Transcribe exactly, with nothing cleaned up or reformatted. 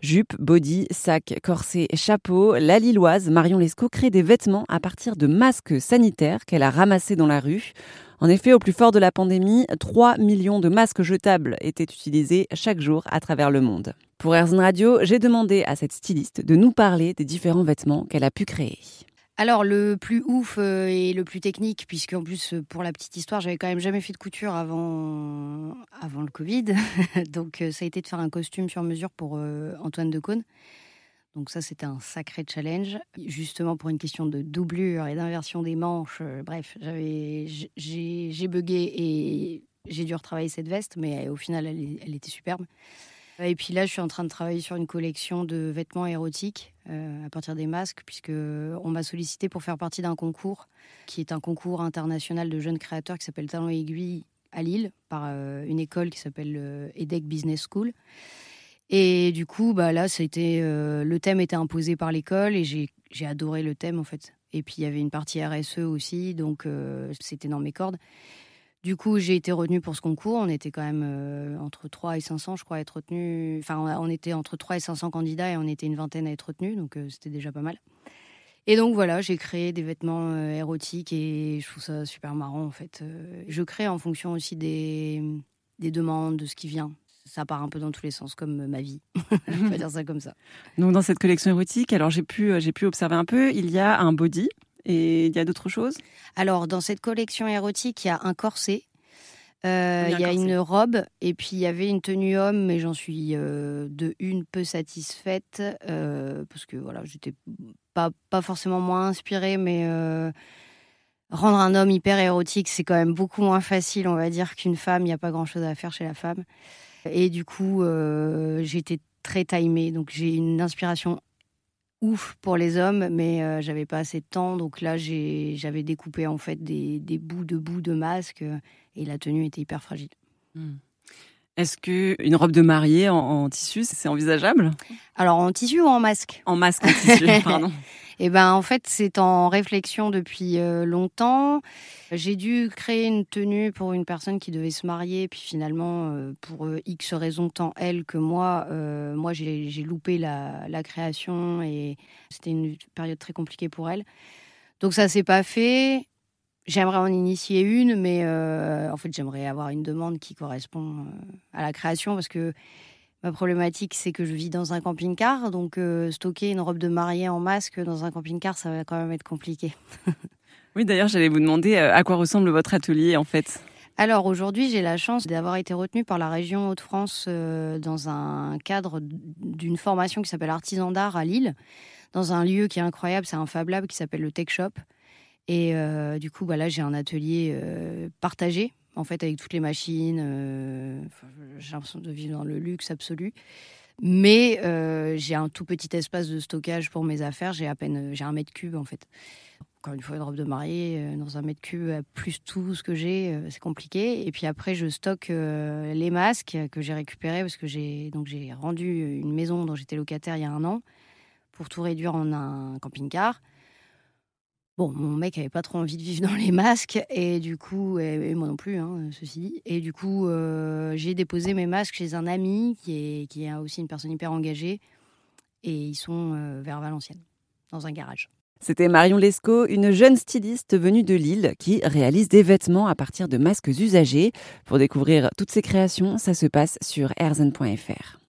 Jupe, body, sac, corset, chapeau, la Lilloise Marion Lescaut crée des vêtements à partir de masques sanitaires qu'elle a ramassés dans la rue. En effet, au plus fort de la pandémie, trois millions de masques jetables étaient utilisés chaque jour à travers le monde. Pour AirZen Radio, j'ai demandé à cette styliste de nous parler des différents vêtements qu'elle a pu créer. Alors, le plus ouf euh, et le plus technique, puisqu'en plus, euh, pour la petite histoire, j'avais quand même jamais fait de couture avant, avant le Covid. Donc, euh, ça a été de faire un costume sur mesure pour euh, Antoine Decaune. Donc ça, c'était un sacré challenge. Justement, pour une question de doublure et d'inversion des manches. Euh, bref, j'avais, j'ai, j'ai bugué et j'ai dû retravailler cette veste, mais au final, elle, elle était superbe. Et puis là, je suis en train de travailler sur une collection de vêtements érotiques euh, à partir des masques, puisqu'on m'a sollicité pour faire partie d'un concours, qui est un concours international de jeunes créateurs qui s'appelle Talent Aiguille à Lille, par euh, une école qui s'appelle euh, EDEC Business School. Et du coup, bah là, c'était, euh, le thème était imposé par l'école et j'ai, j'ai adoré le thème, en fait. Et puis, il y avait une partie R S E aussi, donc euh, c'était dans mes cordes. Du coup, j'ai été retenue pour ce concours. On était quand même euh, entre trois et cinq cents, je crois, à être retenus. Enfin, on était entre trois et cinq cents candidats et on était une vingtaine à être retenus, donc euh, c'était déjà pas mal. Et donc voilà, j'ai créé des vêtements euh, érotiques et je trouve ça super marrant, en fait. Euh, je crée en fonction aussi des, des demandes, de ce qui vient. Ça part un peu dans tous les sens, comme ma vie. On va dire ça comme ça. Donc, dans cette collection érotique, alors j'ai pu, j'ai pu observer un peu, il y a un body. Et il y a d'autres choses ? Alors, dans cette collection érotique, il y a un corset, euh, oui, il y a corset. une robe, et puis il y avait une tenue homme, mais j'en suis euh, de une peu satisfaite, euh, parce que voilà, j'étais pas, pas forcément moins inspirée, mais euh, rendre un homme hyper érotique, c'est quand même beaucoup moins facile, on va dire, qu'une femme. Il n'y a pas grand-chose à faire chez la femme. Et du coup, euh, j'étais très timée, donc j'ai une inspiration ouf pour les hommes, mais euh, j'avais pas assez de temps, donc là j'ai, j'avais découpé en fait des, des bouts de bouts de masque euh, et la tenue était hyper fragile. Mmh. Est-ce qu'une robe de mariée en, en tissu, c'est envisageable ? Alors en tissu ou en masque ? En masque, en tissu, pardon. Eh ben en fait c'est en réflexion depuis euh, longtemps. J'ai dû créer une tenue pour une personne qui devait se marier, puis finalement euh, pour euh, X raisons tant elle que moi, euh, moi j'ai, j'ai loupé la, la création et c'était une période très compliquée pour elle. Donc ça s'est pas fait. J'aimerais en initier une, mais euh, en fait j'aimerais avoir une demande qui correspond euh, à la création parce que ma problématique, c'est que je vis dans un camping-car, donc euh, stocker une robe de mariée en masque dans un camping-car, ça va quand même être compliqué. Oui, d'ailleurs, j'allais vous demander euh, à quoi ressemble votre atelier, en fait. Alors aujourd'hui, j'ai la chance d'avoir été retenue par la région Hauts-de-France euh, dans un cadre d'une formation qui s'appelle Artisan d'art à Lille, dans un lieu qui est incroyable, c'est un Fab Lab qui s'appelle le Tech Shop. Et euh, du coup, bah là, j'ai un atelier euh, partagé, en fait, avec toutes les machines. Euh, j'ai l'impression de vivre dans le luxe absolu. Mais euh, j'ai un tout petit espace de stockage pour mes affaires. J'ai à peine, j'ai un mètre cube, en fait. Encore une fois, une robe de mariée, euh, dans un mètre cube, plus tout ce que j'ai, euh, c'est compliqué. Et puis après, je stocke euh, les masques que j'ai récupérés parce que j'ai, donc j'ai rendu une maison dont j'étais locataire il y a un an pour tout réduire en un camping-car. Bon, mon mec avait pas trop envie de vivre dans les masques et du coup, et, et moi non plus, hein, ceci dit. Et du coup, euh, j'ai déposé mes masques chez un ami qui est, qui est aussi une personne hyper engagée et ils sont euh, vers Valenciennes, dans un garage. C'était Marion Lescaut, une jeune styliste venue de Lille qui réalise des vêtements à partir de masques usagés. Pour découvrir toutes ses créations, ça se passe sur airzen point f r.